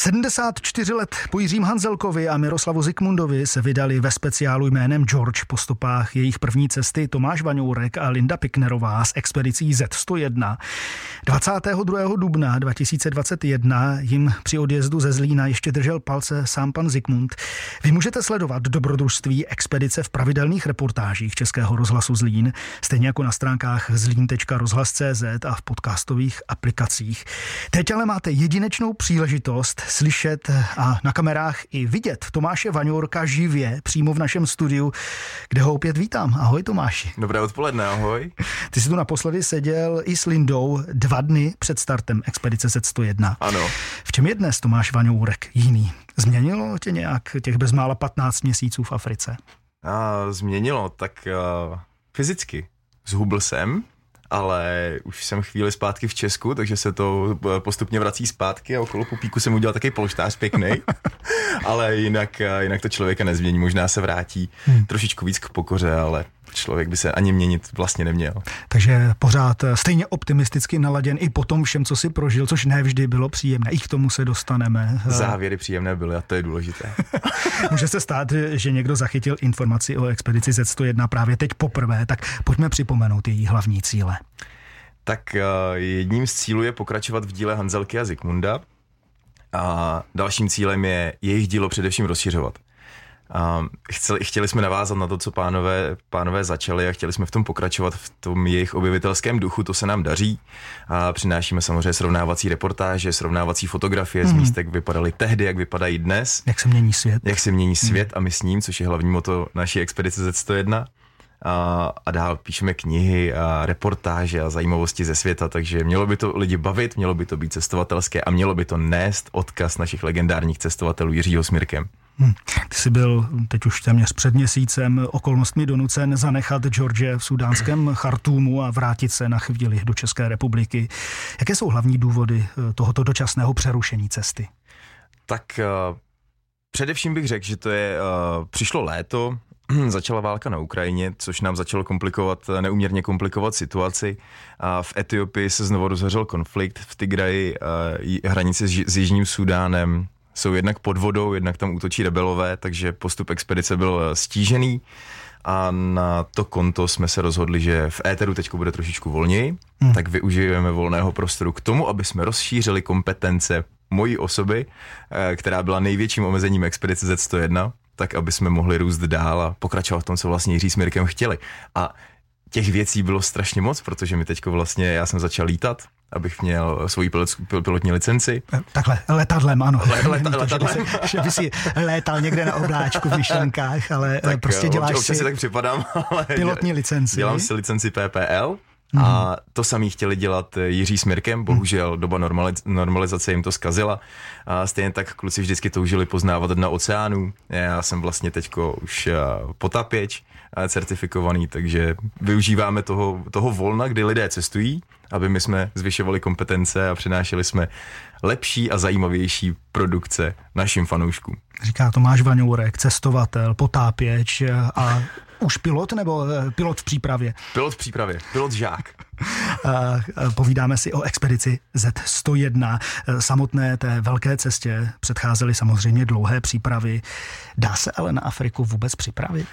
74 let po Jiřím Hanzelkovi a Miroslavu Zikmundovi se vydali ve speciálu jménem George po stopách jejich první cesty Tomáš Vaňourek a Linda Piknerová s expedicí Z101. 22. dubna 2021 jim při odjezdu ze Zlína ještě držel palce sám pan Zikmund. Vy můžete sledovat dobrodružství expedice v pravidelných reportážích Českého rozhlasu Zlín, stejně jako na stránkách zlín.rozhlas.cz a v podcastových aplikacích. Teď ale máte jedinečnou příležitost slyšet a na kamerách i vidět Tomáše Vaňourka živě přímo v našem studiu, kde ho opět vítám. Ahoj Tomáši. Dobré odpoledne, ahoj. Ty jsi tu naposledy seděl i s Lindou 2 dny před startem expedice Z101. Ano. V čem je dnes Tomáš Vaňourek jiný? Změnilo tě nějak těch bezmála 15 měsíců v Africe? Změnilo, tak fyzicky. Zhubl jsem, ale už jsem chvíli zpátky v Česku, takže se to postupně vrací zpátky a okolo pupíku jsem udělal takový polštář pěkný, ale jinak to člověka nezmění, možná se vrátí trošičku víc k pokoře, ale člověk by se ani měnit vlastně neměl. Takže pořád stejně optimisticky naladěn i po tom všem, co si prožil, což ne vždy bylo příjemné. I k tomu se dostaneme. Závěry příjemné byly a to je důležité. Může se stát, že někdo zachytil informaci o expedici Z101 právě teď poprvé, tak pojďme připomenout její hlavní cíle. Tak jedním z cílů je pokračovat v díle Hanzelky a Zikmunda a dalším cílem je jejich dílo především rozšiřovat. Chtěli jsme navázat na to, co pánové začali a chtěli jsme v tom pokračovat v tom jejich objevitelském duchu, to se nám daří. A přinášíme samozřejmě srovnávací reportáže, srovnávací fotografie z míst, jak vypadaly tehdy, jak vypadají dnes. Jak se mění svět. Jak se mění svět a my s ním, což je hlavní motto naší expedice Z101. A dál píšeme knihy a reportáže a zajímavosti ze světa, takže mělo by to lidi bavit, mělo by to být cestovatelské a mělo by to nést odkaz našich legendárních cestovatelů Jiřího s Mirkem. Ty jsi byl teď už téměř před měsícem okolnostmi donucen zanechat George v sudánském Chartúmu a vrátit se na chvíli do České republiky. Jaké jsou hlavní důvody tohoto dočasného přerušení cesty? Tak především bych řekl, že to je přišlo léto, začala válka na Ukrajině, což nám začalo neúměrně komplikovat situaci. A v Etiopii se znovu rozhořel konflikt, v Tigraji hranice s Jižním Súdánem jsou jednak pod vodou, jednak tam útočí rebelové, takže postup expedice byl stížený a na to konto jsme se rozhodli, že v éteru teď bude trošičku volněji, tak využijeme volného prostoru k tomu, aby jsme rozšířili kompetence mojí osoby, která byla největším omezením expedice Z101, tak aby jsme mohli růst dál a pokračovat v tom, co vlastně Jiří s Mirkem chtěli. A těch věcí bylo strašně moc, protože mi teďko vlastně, já jsem začal lítat, abych měl svoji pilotní licenci. Takhle, letadlem, ano. Letadlem. Že by si létal někde na obláčku v myšlenkách, ale tak prostě děláš občas si tak připadám, ale pilotní licenci. Dělám si licenci PPL a to samý chtěli dělat Jiří s Mirkem, bohužel doba normalizace jim to zkazila. A stejně tak kluci vždycky toužili poznávat dna oceánů. Já jsem vlastně teďko už potapěč certifikovaný, takže využíváme toho volna, kdy lidé cestují, aby my jsme zvyšovali kompetence a přinášeli jsme lepší a zajímavější produkce našim fanouškům. Říká Tomáš Vaňourek, cestovatel, potápěč a už pilot nebo pilot v přípravě? Pilot v přípravě, pilot žák. Povídáme si o expedici Z101. Samotné té velké cestě předcházely samozřejmě dlouhé přípravy. Dá se ale na Afriku vůbec připravit?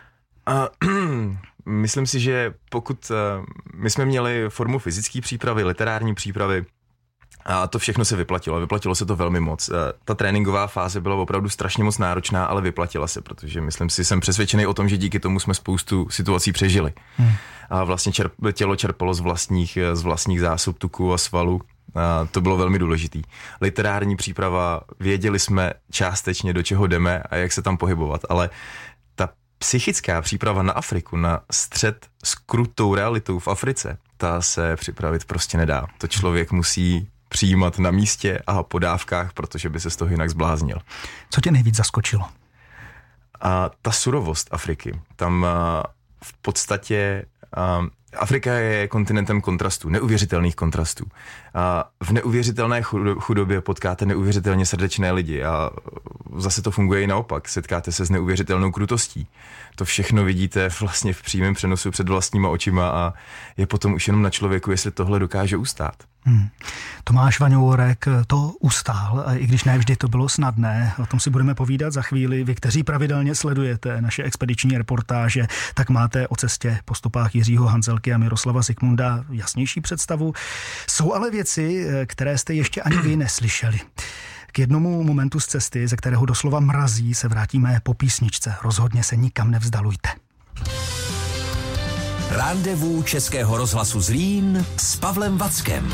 Myslím si, že pokud my jsme měli formu fyzické přípravy, literární přípravy, a to všechno se vyplatilo. Vyplatilo se to velmi moc. Ta tréninková fáze byla opravdu strašně moc náročná, ale vyplatila se, protože jsem přesvědčený o tom, že díky tomu jsme spoustu situací přežili. A vlastně tělo čerpalo z vlastních zásob tuků a svalů. A to bylo velmi důležitý. Literární příprava, věděli jsme částečně, do čeho jdeme a jak se tam pohybovat, ale ta psychická příprava na Afriku, na střet s krutou realitou v Africe, ta se připravit prostě nedá. To člověk musí přijímat na místě a po dávkách, protože by se z toho jinak zbláznil. Co tě nejvíc zaskočilo? A ta surovost Afriky. Tam v podstatě Afrika je kontinentem kontrastů, neuvěřitelných kontrastů. A v neuvěřitelné chudobě potkáte neuvěřitelně srdečné lidi a zase to funguje i naopak. Setkáte se s neuvěřitelnou krutostí. To všechno vidíte vlastně v přímém přenosu před vlastníma očima a je potom už jenom na člověku, jestli tohle dokáže ustát. Tomáš Vaňourek to ustál, i když ne vždy to bylo snadné. O tom si budeme povídat za chvíli. Vy, kteří pravidelně sledujete naše expediční reportáže, tak máte o cestě po stopách Jiřího Hanzelky a Miroslava Zikmunda jasnější představu. Jsou ale věci, které jste ještě ani vy neslyšeli. K jednomu momentu z cesty, ze kterého doslova mrazí, se vrátíme po písničce. Rozhodně se nikam nevzdalujte. Randevu Českého rozhlasu Zlín s Pavlem Vackem.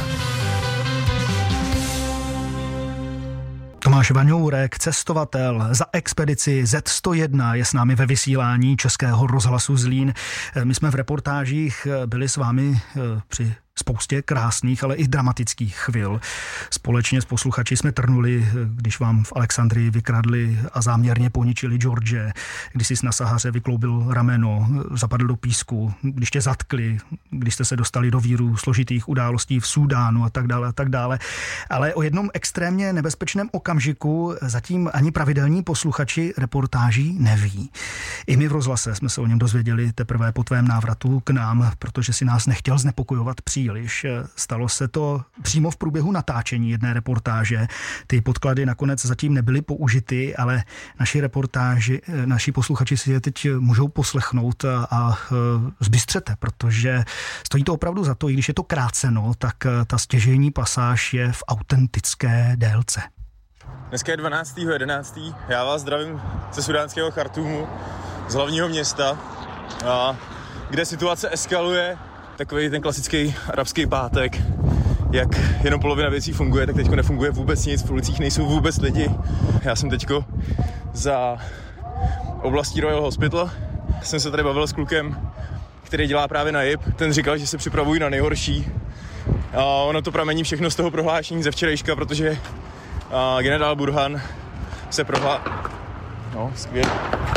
Tomáš Vaňourek, cestovatel za expedici Z101, je s námi ve vysílání Českého rozhlasu Zlín. My jsme v reportážích byli s vámi při spoustě krásných, ale i dramatických chvil. Společně s posluchači jsme trnuli, když vám v Alexandrii vykradli a záměrně poničili George, když si na Sahaře vykloubil rameno, zapadl do písku, když tě zatkli, když jste se dostali do víru složitých událostí v Súdánu a tak dále a tak dále. Ale o jednom extrémně nebezpečném okamžiku zatím ani pravidelní posluchači reportáží neví. I my v rozhlase jsme se o něm dozvěděli teprve po tvém návratu k nám, protože si nás nechtěl znepokojovat příliš. Stalo se to přímo v průběhu natáčení jedné reportáže. Ty podklady nakonec zatím nebyly použity, ale naši posluchači si je teď můžou poslechnout a zbystřete, protože stojí to opravdu za to, i když je to kráceno, tak ta stěžejní pasáž je v autentické délce. Dneska je 12.11. Já vás zdravím ze sudánského Chartúmu, z hlavního města, kde situace eskaluje. Takový ten klasický arabský pátek, jak jenom polovina věcí funguje, tak teďko nefunguje vůbec nic, v ulicích nejsou vůbec lidi. Já jsem teďko za oblastí Royal Hospital. Jsem se tady bavil s klukem, který dělá právě na JIP. Ten říkal, že se připravují na nejhorší. A ono to pramení všechno z toho prohlášení ze včerejška, protože generál Burhan se No, skvěle.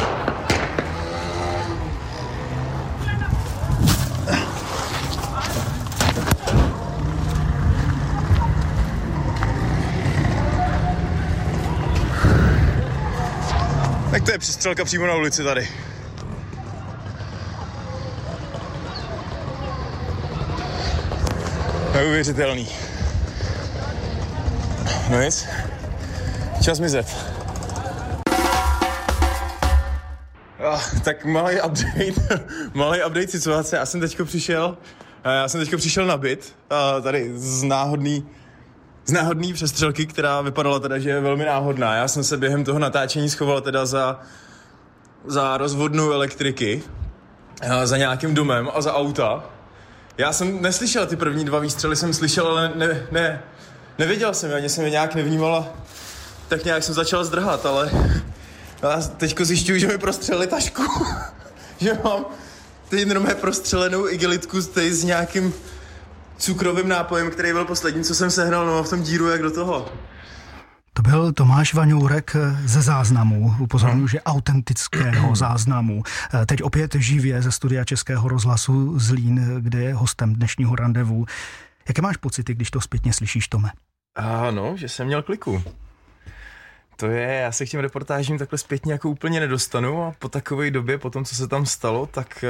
Tak to je přestřelka přímo na ulici tady. Neuvěřitelný. No nic, čas mizet. Tak malý update situace. Já jsem teďko přišel na byt, tady z náhodný přestřelky, která vypadala teda, že je velmi náhodná. Já jsem se během toho natáčení schoval teda za rozvodnou elektriky, za nějakým domem a za auta. Já jsem neslyšel ty první 2 výstřely, jsem slyšel, ale nevěděl jsem, ani jsem je nějak nevnímal, tak nějak jsem začal zdrhat, ale já teďko zjišťuju, že mi prostřelili tašku, že mám teď normálně prostřelenou igelitku s nějakým cukrovým nápojem, který byl poslední, co jsem sehnal, no v tom díru jak do toho. To byl Tomáš Vaňourek ze záznamu, upozorňuji, že autentického záznamu. Teď opět živě ze studia Českého rozhlasu Zlín, kde je hostem dnešního randevu. Jaké máš pocity, když to zpětně slyšíš, Tome? No, že jsem měl kliku. Já se k těm reportážím takhle zpětně jako úplně nedostanu a po takové době, po tom, co se tam stalo, tak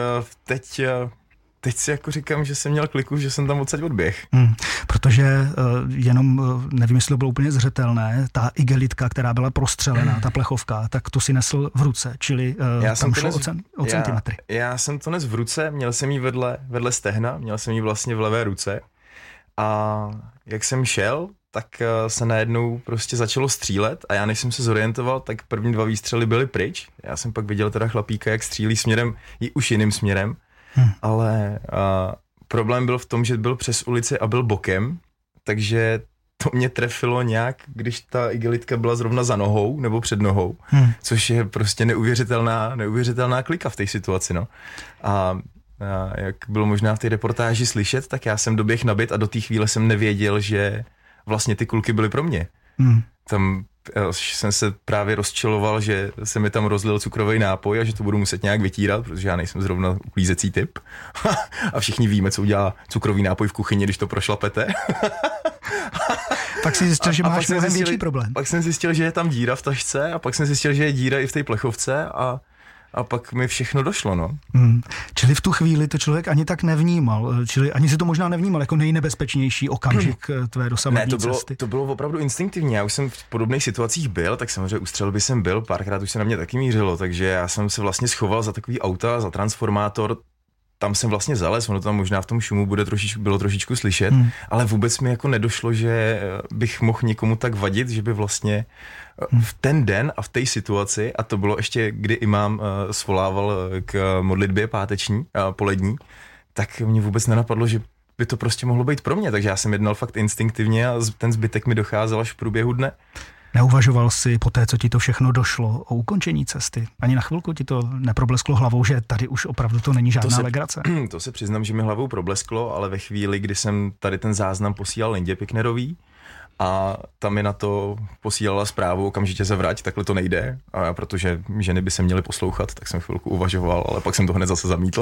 teď si jako říkám, že jsem měl kliku, že jsem tam odsaď odběh. Protože jenom, nevím, jestli to bylo úplně zřetelné, ta igelitka, která byla prostřelená, ta plechovka, tak to si nesl v ruce, čili tam šlo o centimetry. Já jsem to nes v ruce, měl jsem ji vedle stehna, měl jsem ji vlastně v levé ruce a jak jsem šel, tak se najednou prostě začalo střílet a já než jsem se zorientoval, tak první 2 výstřely byly pryč. Já jsem pak viděl teda chlapíka, jak střílí směrem, i už jiným směrem, ale problém byl v tom, že byl přes ulici a byl bokem, takže to mě trefilo nějak, když ta igelitka byla zrovna za nohou nebo před nohou, což je prostě neuvěřitelná klika v té situaci, no. A jak bylo možná v té reportáži slyšet, tak já jsem doběh na byt a do té chvíle jsem nevěděl, že vlastně ty kulky byly pro mě. Tam jsem se právě rozčiloval, že se mi tam rozlil cukrový nápoj a že to budu muset nějak vytírat, protože já nejsem zrovna uklízecí typ. A všichni víme, co udělá cukrový nápoj v kuchyni, když to prošlapete. Tak si zjistil, že máš mnohem větší problém. Pak jsem zjistil, že je tam díra v tašce a pak jsem zjistil, že je díra i v té plechovce a pak mi všechno došlo, no. Čili v tu chvíli to člověk ani tak nevnímal, čili ani si to možná nevnímal jako nejnebezpečnější okamžik tvé dosavadní cesty. To bylo opravdu instinktivní, já už jsem v podobných situacích byl, tak samozřejmě u střelby jsem byl, párkrát už se na mě taky mířilo, takže já jsem se vlastně schoval za takový auta, za transformátor, tam jsem vlastně zalez, ono tam možná v tom šumu bylo trošičku slyšet, ale vůbec mi jako nedošlo, že bych mohl někomu tak vadit, že by vlastně v ten den a v té situaci, a to bylo ještě, kdy imám svolával k modlitbě páteční, polední, tak mě vůbec nenapadlo, že by to prostě mohlo být pro mě, takže já jsem jednal fakt instinktivně a ten zbytek mi docházel až v průběhu dne. Neuvažoval jsi po té, co ti to všechno došlo, o ukončení cesty? Ani na chvilku ti to neproblesklo hlavou, že tady už opravdu to není žádná legrace? To se přiznám, že mi hlavou problesklo, ale ve chvíli, kdy jsem tady ten záznam posílal Lindě Piknerový a tam mi na to posílala zprávu, okamžitě se vrať, takhle to nejde, a protože ženy by se měly poslouchat, tak jsem chvilku uvažoval, ale pak jsem to hned zase zamítl.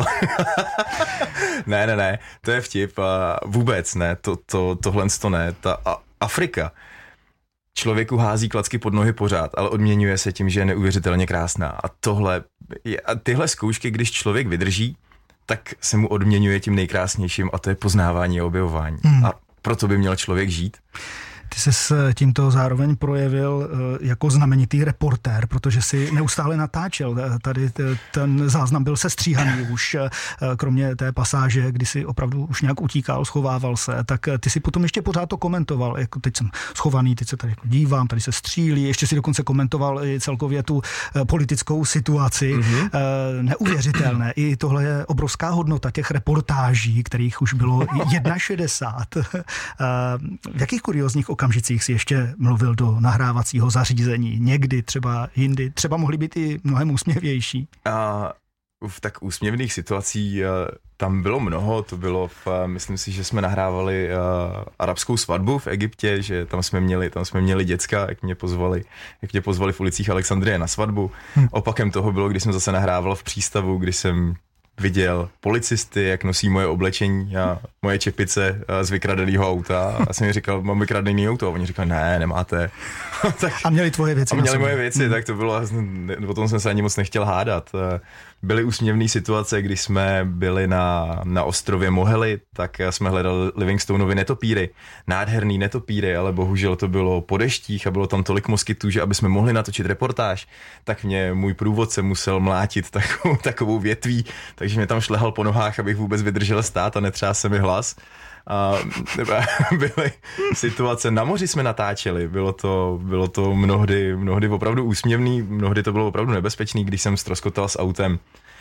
Ne, to je vtip, vůbec ne, tohle to ne, Afrika. Člověku hází klacky pod nohy pořád, ale odměňuje se tím, že je neuvěřitelně krásná. A tyhle zkoušky, když člověk vydrží, tak se mu odměňuje tím nejkrásnějším a to je poznávání a objevování. A proto by měl člověk žít. Ty jsi s tímto zároveň projevil jako znamenitý reportér, protože si neustále natáčel. Tady ten záznam byl sestříhaný už, kromě té pasáže, kdy si opravdu už nějak utíkal, schovával se, tak ty si potom ještě pořád to komentoval, jako teď jsem schovaný, teď se tady dívám, tady se střílí, ještě si dokonce komentoval i celkově tu politickou situaci. Neuvěřitelné. I tohle je obrovská hodnota těch reportáží, kterých už bylo 61. V jakých kuriózních okamžicích si ještě mluvil do nahrávacího zařízení? Někdy, třeba jindy, třeba mohly být i mnohem úsměvnější. V tak úsměvných situací tam bylo mnoho, to bylo myslím si, že jsme nahrávali arabskou svatbu v Egyptě, že tam jsme měli děcka, jak mě pozvali v ulicích Alexandrie na svatbu. Opakem toho bylo, když jsem zase nahrával v přístavu, kdy jsem viděl policisty, jak nosí moje oblečení a moje čepice z vykradeného auta. A jsem mi říkal, mám vykradený auto. A oni říkali, ne, nemáte. A měli tvoje věci. A měli moje věci, tak to bylo, o tom jsem se ani moc nechtěl hádat. Byly úsměvné situace, když jsme byli na ostrově Mohely, tak jsme hledali Livingstoneovi netopíry. Nádherný netopíry, ale bohužel to bylo po deštích a bylo tam tolik moskytů, že aby jsme mohli natočit reportáž, tak mě můj průvodce musel mlátit takovou větví, takže mě tam šlehal po nohách, abych vůbec vydržel stát a netřásl se mi hlas. A byly situace, na moři jsme natáčeli, bylo to mnohdy opravdu úsměvný, mnohdy to bylo opravdu nebezpečný, když jsem ztroskotal s autem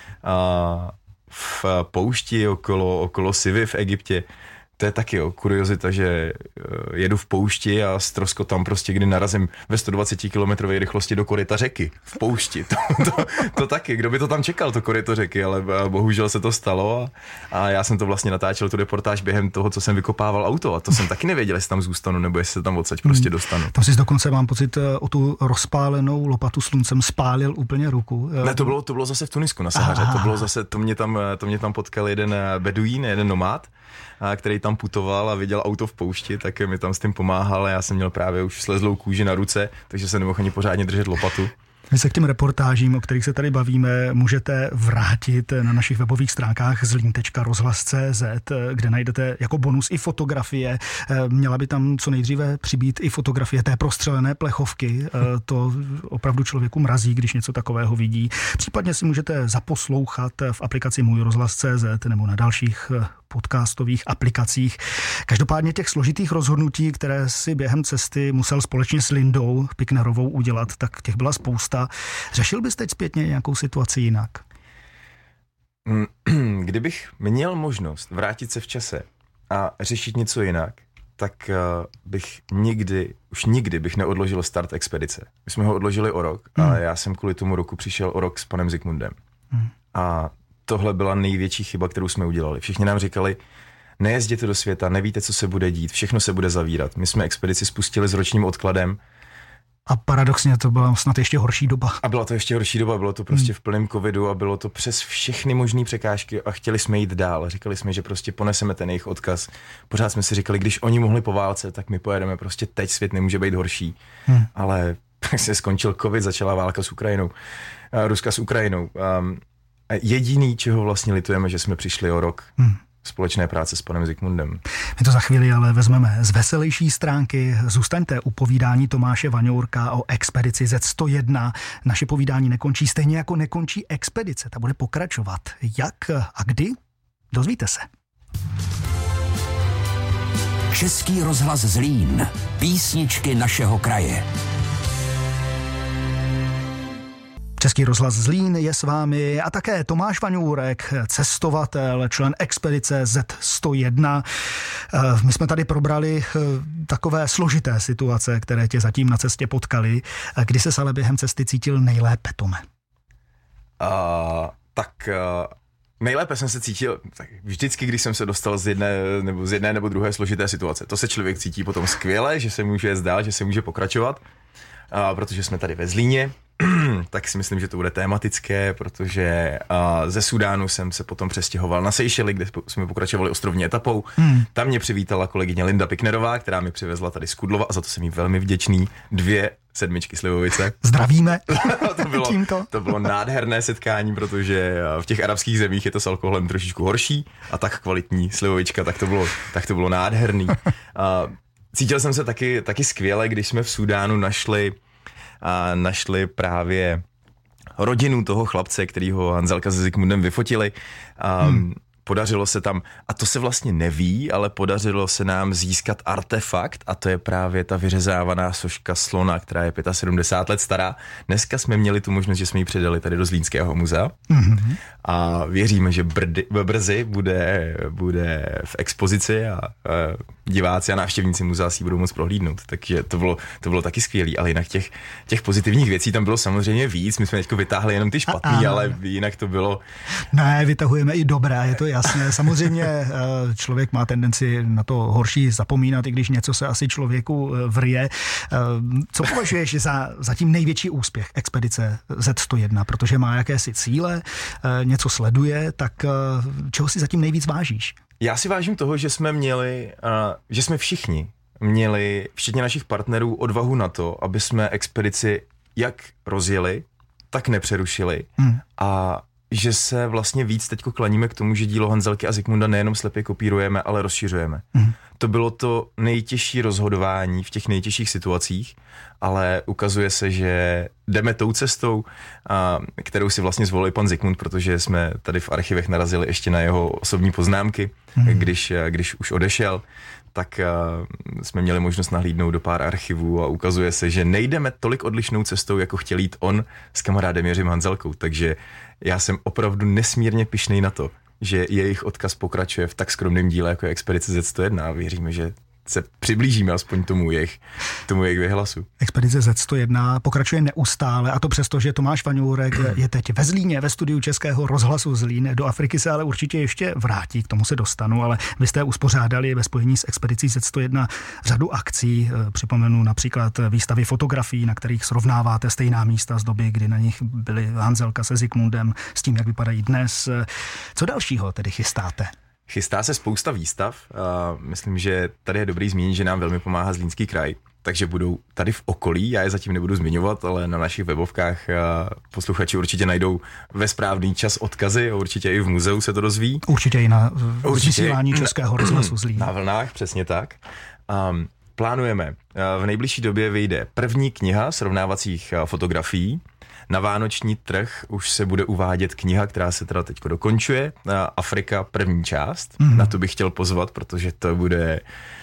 v poušti okolo Sivy v Egyptě. To je taky kuriozita, že jedu v poušti a ztroskotám prostě, kdy narazím ve 120 km rychlosti do koryta řeky. V poušti. To taky. Kdo by to tam čekal, to koryto řeky, ale bohužel se to stalo a já jsem to vlastně natáčel, tu reportáž během toho, co jsem vykopával auto a to jsem taky nevěděl, jestli tam zůstanu nebo jestli se tam odsaď prostě dostanu. Tam jsi dokonce, mám pocit, o tu rozpálenou lopatu sluncem spálil úplně ruku. Ne, to bylo zase v Tunisku na Sahaře. To bylo zase, to mě tam potkal jeden beduín, jeden nomád, který tam putoval a viděl auto v poušti, tak mi tam s tím pomáhal a já jsem měl právě už slezlou kůži na ruce, takže se nemohl ani pořádně držet lopatu. Vy se k těm reportážím, o kterých se tady bavíme, můžete vrátit na našich webových stránkách zlín.rozhlas.cz, kde najdete jako bonus i fotografie. Měla by tam co nejdříve přibýt i fotografie té prostřelené plechovky. To opravdu člověku mrazí, když něco takového vidí. Případně si můžete zaposlouchat v aplikaci Můj rozhlas.cz nebo na dalších podcastových aplikacích. Každopádně těch složitých rozhodnutí, které si během cesty musel společně s Lindou Piknerovou udělat, tak těch byla spousta. Řešil bys teď zpětně nějakou situaci jinak? Kdybych měl možnost vrátit se v čase a řešit něco jinak, tak bych nikdy bych neodložil start expedice. My jsme ho odložili o rok a já jsem kvůli tomu roku přišel o rok s panem Zikmundem. A tohle byla největší chyba, kterou jsme udělali. Všichni nám říkali, nejezděte do světa, nevíte, co se bude dít, všechno se bude zavírat. My jsme expedici spustili s ročním odkladem. A paradoxně to byla snad ještě horší doba. A byla to ještě horší doba, bylo to prostě v plném covidu a bylo to přes všechny možné překážky a chtěli jsme jít dál. Říkali jsme, že prostě poneseme ten jejich odkaz. Pořád jsme si říkali, když oni mohli po válce, tak my pojedeme, prostě teď svět nemůže být horší. Ale pak se skončil covid, začala válka s Ukrajinou, Ruska s Ukrajinou. A jediný, čeho vlastně litujeme, že jsme přišli o rok společné práce s panem Zikmundem. My to za chvíli ale vezmeme z veselější stránky. Zůstaňte u povídání Tomáše Vaňourka o expedici Z101. Naše povídání nekončí, stejně jako nekončí expedice. Ta bude pokračovat. Jak a kdy? Dozvíte se. Český rozhlas Zlín. Písničky našeho kraje. Český rozhlas Zlín je s vámi a také Tomáš Vaňourek, cestovatel, člen expedice Z101. My jsme tady probrali takové složité situace, které tě zatím na cestě potkaly. Kdy ses ale během cesty cítil nejlépe, Tome? Nejlépe jsem se cítil tak vždycky, když jsem se dostal z jedné nebo druhé složité situace. To se člověk cítí potom skvěle, že se může jet dál, že se může pokračovat, protože jsme tady ve Zlíně. Tak si myslím, že to bude tematické, protože ze Súdánu jsem se potom přestěhoval na Seychely, kde jsme pokračovali ostrovní etapou. Tam mě přivítala kolegyně Linda Piknerová, která mi přivezla tady z Kudlova a za to jsem jí velmi vděčný. 2 sedmičky slivovice. Zdravíme. To bylo nádherné setkání, protože v těch arabských zemích je to s alkoholem trošičku horší a tak kvalitní slivovička, tak to bylo nádherný. Cítil jsem se taky skvěle, když jsme v Súdánu našli právě rodinu toho chlapce, kterýho Hanzelka se Zikmundem vyfotili. Podařilo se tam, a to se vlastně neví, ale podařilo se nám získat artefakt a to je právě ta vyřezávaná soška slona, která je 75 let stará. Dneska jsme měli tu možnost, že jsme ji předali tady do Zlínského muzea a věříme, že brzy bude v expozici a diváci a návštěvníci muzea si ji budou moct prohlídnout. Takže to bylo taky skvělý, ale jinak těch pozitivních věcí tam bylo samozřejmě víc. My jsme teď vytáhli jenom ty špatný, ale jinak to bylo... Ne, vytahujeme i dobré, je to jasné. Samozřejmě člověk má tendenci na to horší zapomínat, i když něco se asi člověku vrije. Co považuješ za tím největší úspěch expedice Z101, protože má jakési cíle, něco sleduje, tak čeho si zatím nejvíc vážíš? Já si vážím toho, že jsme všichni měli, včetně našich partnerů, odvahu na to, aby jsme expedici jak rozjeli, tak nepřerušili a že se vlastně víc teďko klaníme k tomu, že dílo Hanzelky a Zikmunda nejenom slepě kopírujeme, ale rozšiřujeme. To bylo to nejtěžší rozhodování v těch nejtěžších situacích, ale ukazuje se, že jdeme tou cestou, kterou si vlastně zvolil pan Zikmund, protože jsme tady v archivech narazili ještě na jeho osobní poznámky, když už odešel, tak jsme měli možnost nahlídnout do pár archivů a ukazuje se, že nejdeme tolik odlišnou cestou, jako chtěl jít on s kamarádem Jiřím Hanzelkou. Takže já jsem opravdu nesmírně pyšnej na to, že jejich odkaz pokračuje v tak skromném díle, jako je expedice Z101 a věříme, že se přiblížíme aspoň tomu jejich vyhlasu. Expedice Z101 pokračuje neustále a to přesto, že Tomáš Vaňourek je teď ve Zlíně, ve studiu Českého rozhlasu Zlín. Do Afriky se ale určitě ještě vrátí, k tomu se dostanu, ale vy jste uspořádali ve spojení s expedicí Z101 řadu akcí. Připomenu například výstavy fotografií, na kterých srovnáváte stejná místa z doby, kdy na nich byli Hanzelka se Zikmundem, s tím, jak vypadají dnes. Co dalšího tedy chystáte? Chystá se spousta výstav. Myslím, že tady je dobrý zmínit, že nám velmi pomáhá Zlínský kraj, takže budou tady v okolí, já je zatím nebudu zmiňovat, ale na našich webovkách posluchači určitě najdou ve správný čas odkazy, určitě i v muzeu se to dozví. Určitě i na vysílání Českého rozhlasu Zlín. Na vlnách, přesně tak. Plánujeme, v nejbližší době vyjde první kniha srovnávacích fotografií. Na vánoční trh už se bude uvádět kniha, která se teda teďko dokončuje, Afrika první část. Na to bych chtěl pozvat, protože to bude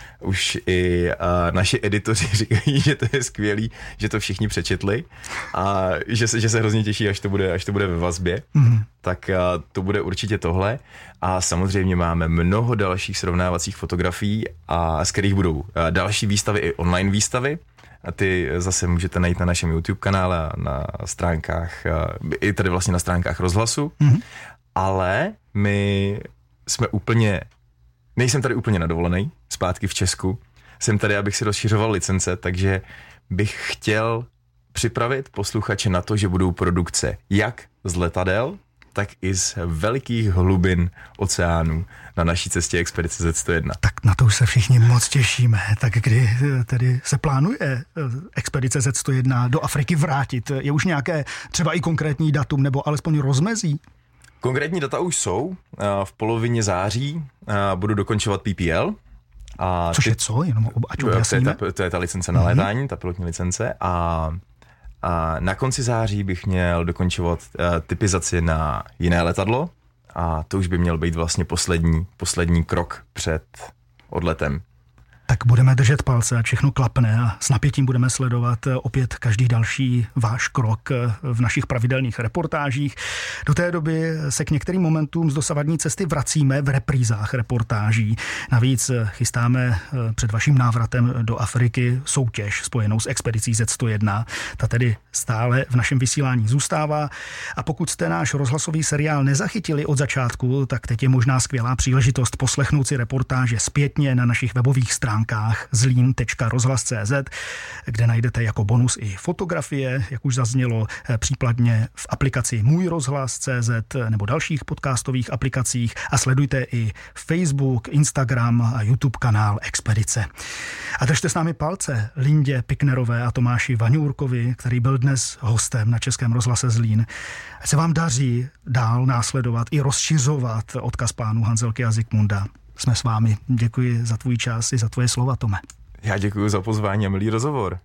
už i naši editoři říkají, že to je skvělý, že to všichni přečetli a že se hrozně těší, až to bude ve vazbě. Tak to bude určitě tohle. A samozřejmě máme mnoho dalších srovnávacích fotografií, z kterých budou další výstavy i online výstavy. A ty zase můžete najít na našem YouTube kanále a na stránkách, i tady vlastně na stránkách rozhlasu. Ale nejsem tady úplně nadovolený, zpátky v Česku. Jsem tady, abych si rozšiřoval licence, takže bych chtěl připravit posluchače na to, že budou produkce jak z letadel, tak i z velikých hlubin oceánů na naší cestě Expedice Z101. Tak na to už se všichni moc těšíme. Tak kdy tedy se plánuje Expedice Z101 do Afriky vrátit? Je už nějaké třeba i konkrétní datum nebo alespoň rozmezí? Konkrétní data už jsou. V polovině září budu dokončovat PPL. Což je co? Jenom ať objasníme. To je ta licence na létání, ta pilotní licence. A na konci září bych měl dokončovat typizaci na jiné letadlo a to už by měl být vlastně poslední krok před odletem. Tak budeme držet palce, ať všechno klapne a s napětím budeme sledovat opět každý další váš krok v našich pravidelných reportážích. Do té doby se k některým momentům z dosavadní cesty vracíme v reprízách reportáží. Navíc chystáme před vaším návratem do Afriky soutěž spojenou s Expedicí Z101. Ta tedy stále v našem vysílání zůstává a pokud jste náš rozhlasový seriál nezachytili od začátku, tak teď je možná skvělá příležitost poslechnout si reportáže zpětně na našich webových stránkách zlín.rozhlas.cz, kde najdete jako bonus i fotografie, jak už zaznělo, případně v aplikaci Můj rozhlas.cz nebo dalších podcastových aplikacích a sledujte i Facebook, Instagram a YouTube kanál Expedice. A držte s námi palce Lindě Piknerové a Tomáši Vaňůrkovi, který byl dnes hostem na Českém rozhlase Zlín. Ať se vám daří dál následovat i rozšiřovat odkaz pánů Hanzelky a Zikmunda. Jsme s vámi. Děkuji za tvůj čas i za tvoje slova, Tome. Já děkuji za pozvání a milý rozhovor.